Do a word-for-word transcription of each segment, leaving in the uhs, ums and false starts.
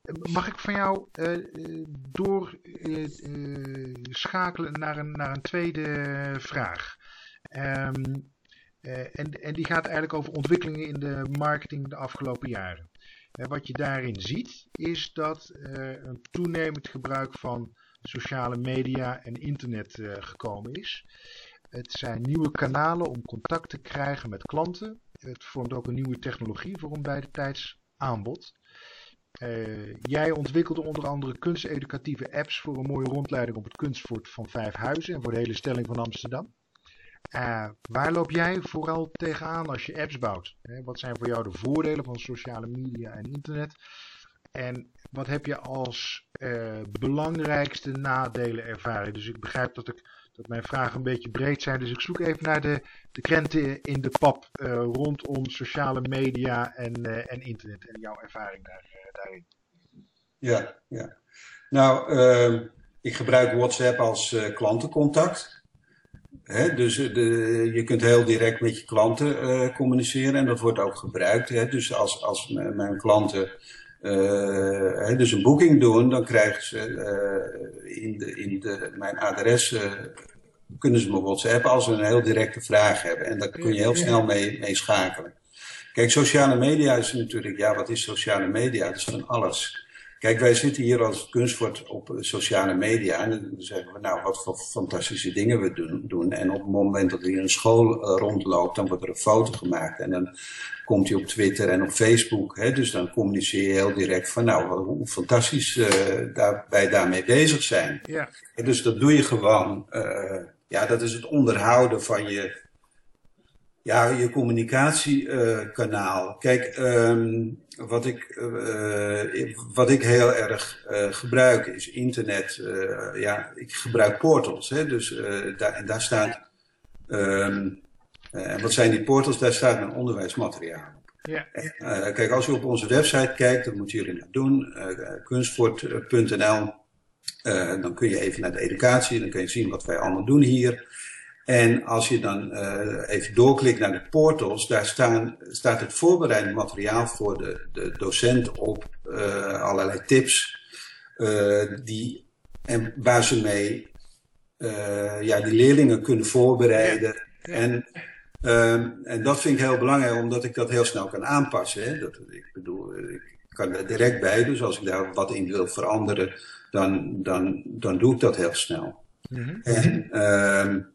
Mag ik van jou uh, doorschakelen uh, naar, een, naar een tweede vraag? Um, uh, en, en die gaat eigenlijk over ontwikkelingen in de marketing de afgelopen jaren. Uh, wat je daarin ziet is dat uh, een toenemend gebruik van sociale media en internet uh, gekomen is. Het zijn nieuwe kanalen om contact te krijgen met klanten. Het vormt ook een nieuwe technologie voor een beidetijds aanbod. Uh, jij ontwikkelde onder andere kunsteducatieve apps voor een mooie rondleiding op het kunstfort van Vijfhuizen en voor de hele stelling van Amsterdam. Uh, waar loop jij vooral tegenaan als je apps bouwt? Hè, wat zijn voor jou de voordelen van sociale media en internet? En wat heb je als uh, belangrijkste nadelen ervaren? Dus ik begrijp dat, ik, dat mijn vragen een beetje breed zijn. Dus ik zoek even naar de, de krenten in de pap uh, rondom sociale media en, uh, en internet. En jouw ervaring daar, uh, daarin. Ja, ja. Nou, uh, ik gebruik WhatsApp als uh, klantencontact. Hè, dus de, je kunt heel direct met je klanten uh, communiceren en dat wordt ook gebruikt. Hè. Dus als, als m- mijn klanten uh, hè, dus een boeking doen, dan krijgen ze uh, in, de, in de, mijn adres, uh, kunnen ze me WhatsApp als ze een heel directe vraag hebben. En daar kun je heel snel mee, mee schakelen. Kijk, sociale media is natuurlijk, ja, wat is sociale media? Dat is van alles. Kijk, wij zitten hier als Kunstfort op sociale media en dan zeggen we, nou, wat voor fantastische dingen we doen. doen. En op het moment dat er hier een school uh, rondloopt, dan wordt er een foto gemaakt en dan komt hij op Twitter en op Facebook. Hè, dus dan communiceer je heel direct van, nou, hoe fantastisch uh, daar, wij daarmee bezig zijn. Ja. En dus dat doe je gewoon, uh, ja, dat is het onderhouden van je... Ja, je communicatiekanaal. Uh, Kijk, um, wat, ik, uh, wat ik heel erg uh, gebruik is internet. Uh, ja, ik gebruik portals. Hè, dus uh, daar, en daar staat... Um, uh, wat zijn die portals? Daar staat mijn onderwijsmateriaal op. Ja. Uh, kijk, als u op onze website kijkt, dat moeten jullie nou doen. Uh, kunstfort punt n l. Uh, dan kun je even naar de educatie. Dan kun je zien wat wij allemaal doen hier. En als je dan uh, even doorklikt naar de portals, daar staan, staat het voorbereidend materiaal voor de, de docent op, uh, allerlei tips, uh, die, en waar ze mee, uh, ja, die leerlingen kunnen voorbereiden. Ja. Ja. En, um, en dat vind ik heel belangrijk, omdat ik dat heel snel kan aanpassen. Hè. Dat, ik bedoel, ik kan er direct bij, dus als ik daar wat in wil veranderen, dan, dan, dan doe ik dat heel snel. Mm-hmm. En, um,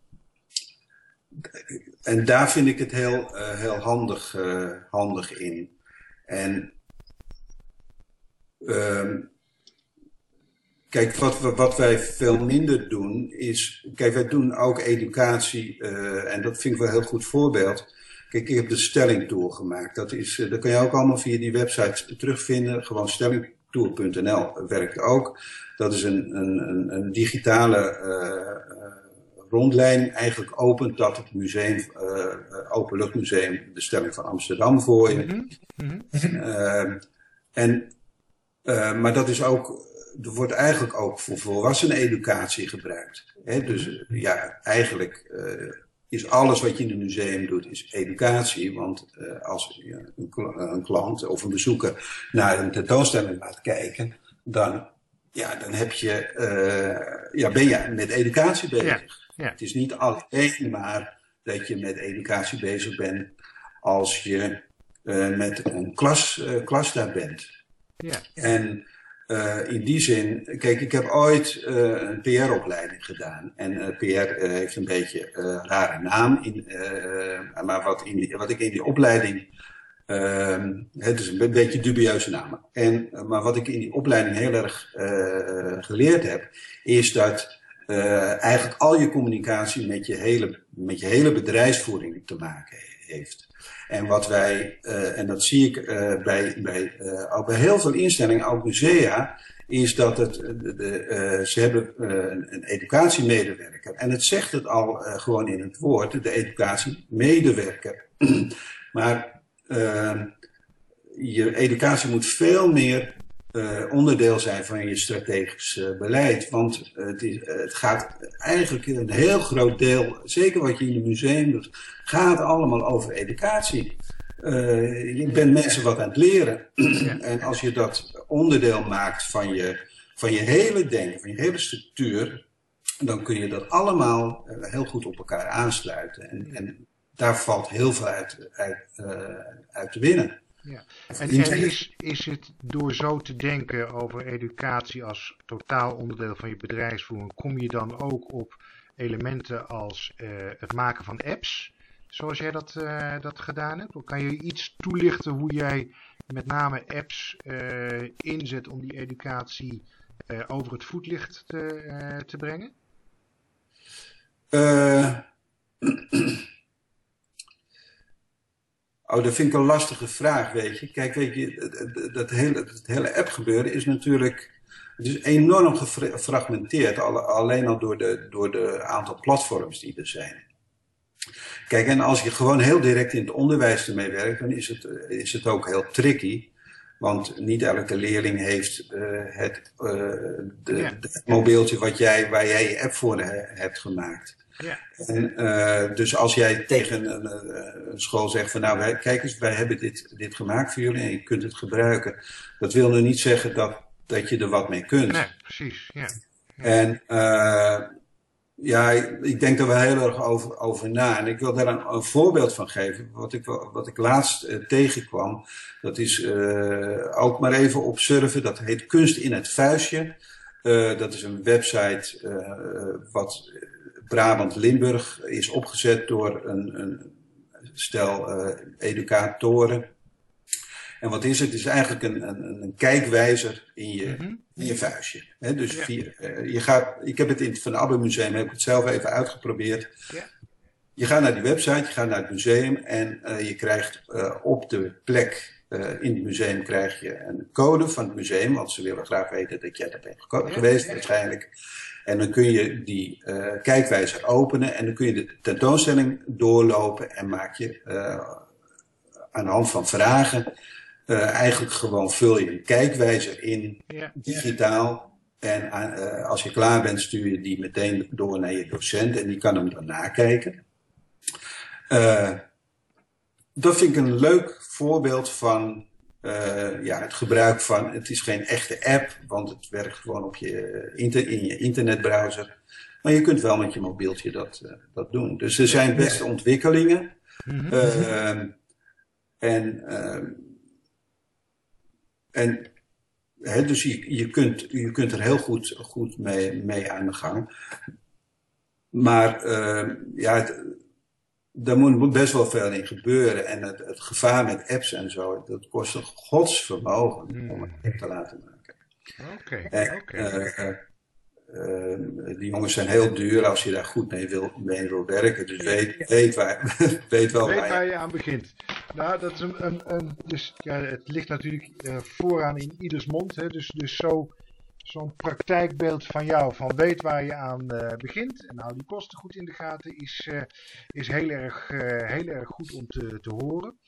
En daar vind ik het heel, uh, heel handig, uh, handig in. En um, kijk, wat, wat wij veel minder doen is... Kijk, wij doen ook educatie uh, en dat vind ik wel een heel goed voorbeeld. Kijk, ik heb de stellingtour gemaakt. Dat, is, uh, dat kan je ook allemaal via die website terugvinden. Gewoon stellingtour punt n l werkt ook. Dat is een, een, een, een digitale... Uh, rondleiding. Eigenlijk opent dat het museum, uh, Openluchtmuseum, de stelling van Amsterdam voor je. Mm-hmm. Mm-hmm. Uh, en, uh, maar dat is ook, er wordt eigenlijk ook voor volwasseneneducatie gebruikt. Hè? Dus uh, ja, eigenlijk uh, is alles wat je in een museum doet, is educatie. Want uh, als je een, een klant of een bezoeker naar een tentoonstelling laat kijken, dan, ja, dan heb je, uh, ja, ben je met educatie bezig. Ja. Ja. Het is niet alleen maar dat je met educatie bezig bent als je uh, met een klas, uh, klas daar bent. Ja. En uh, in die zin, kijk, ik heb ooit uh, een P R-opleiding gedaan. En uh, P R uh, heeft een beetje een uh, rare naam. In, uh, maar wat, in die, wat ik in die opleiding... Uh, het is een beetje dubieuze naam. En, uh, maar wat ik in die opleiding heel erg uh, geleerd heb, is dat... Uh, eigenlijk al je communicatie met je hele, met je hele bedrijfsvoering te maken heeft. En wat wij, uh, en dat zie ik uh, bij, bij, uh, ook bij heel veel instellingen, ook musea, is dat het, de, de, uh, ze hebben uh, een, een educatiemedewerker. En het zegt het al uh, gewoon in het woord, de educatiemedewerker. Maar uh, je educatie moet veel meer Uh, onderdeel zijn van je strategisch uh, beleid. Want uh, het, is, uh, het gaat eigenlijk een heel groot deel, zeker wat je in het museum doet, gaat allemaal over educatie. uh, je bent mensen wat aan het leren. Ja. En als je dat onderdeel maakt van je, van je hele denken, van je hele structuur, dan kun je dat allemaal uh, heel goed op elkaar aansluiten. En, en daar valt heel veel uit, uit, uh, uit te winnen. Ja. En, en is, is het door zo te denken over educatie als totaal onderdeel van je bedrijfsvoering, kom je dan ook op elementen als uh, het maken van apps, zoals jij dat, uh, dat gedaan hebt? Of kan je iets toelichten hoe jij met name apps uh, inzet om die educatie uh, over het voetlicht te, uh, te brengen? Uh, oh, dat vind ik een lastige vraag, weet je. Kijk, weet je, dat hele, dat hele app gebeuren is natuurlijk, het is enorm gefragmenteerd, alleen al door de, door de aantal platforms die er zijn. Kijk, en als je gewoon heel direct in het onderwijs ermee werkt, dan is het, is het ook heel tricky. Want niet elke leerling heeft uh, het, uh, de, ja. het mobieltje wat jij, waar jij je app voor he, hebt gemaakt. Ja. En, uh, dus als jij tegen een, een school zegt van nou, wij, kijk eens, wij hebben dit, dit gemaakt voor jullie en je kunt het gebruiken. Dat wil nu niet zeggen dat, dat je er wat mee kunt. Nee, precies, ja. ja. En uh, ja, ik denk daar wel heel erg over, over na. En ik wil daar een, een voorbeeld van geven. Wat ik, wat ik laatst uh, tegenkwam. Dat is uh, ook maar even op surfen. Dat heet Kunst in het Vuistje. Uh, dat is een website uh, wat Brabant-Limburg is opgezet door een, een stel uh, educatoren. En wat is het? Het is eigenlijk een, een, een kijkwijzer in je, mm-hmm. in je vuistje. He, dus ja. via, uh, je gaat, ik heb het in het Van Abbe Museum, heb ik het zelf even uitgeprobeerd. Ja. Je gaat naar die website, je gaat naar het museum en uh, je krijgt uh, op de plek uh, in het museum krijg je een code van het museum, want ze willen graag weten dat jij daar bent ja. geweest ja. waarschijnlijk. En dan kun je die uh, kijkwijzer openen en dan kun je de tentoonstelling doorlopen en maak je uh, aan de hand van vragen Uh, eigenlijk gewoon vul je een kijkwijzer in, ja. digitaal. En uh, als je klaar bent, stuur je die meteen door naar je docent en die kan hem dan nakijken. Uh, dat vind ik een leuk voorbeeld van uh, ja, het gebruik van, het is geen echte app, want het werkt gewoon op je, inter, in je internetbrowser. Maar je kunt wel met je mobieltje dat, uh, dat doen. Dus er zijn best ontwikkelingen. Mm-hmm. Uh, en uh, En he, dus je, je, kunt, je kunt er heel goed, goed mee, mee aan de gang. Maar uh, ja, het, daar moet best wel veel in gebeuren. En het, het gevaar met apps en zo, dat kost een godsvermogen mm. om een app te laten maken. Oké, okay, oké. Okay. Uh, uh, uh, die jongens zijn heel duur als je daar goed mee wil, mee wil werken. Dus weet, weet, waar, weet wel weet waar, waar je aan begint. Nou, dat is een, een, een dus ja, het ligt natuurlijk uh, vooraan in ieders mond. Hè, dus dus zo, zo'n praktijkbeeld van jou, van weet waar je aan uh, begint. En hou die kosten goed in de gaten, is, uh, is heel, erg, uh, heel erg goed om te, te horen.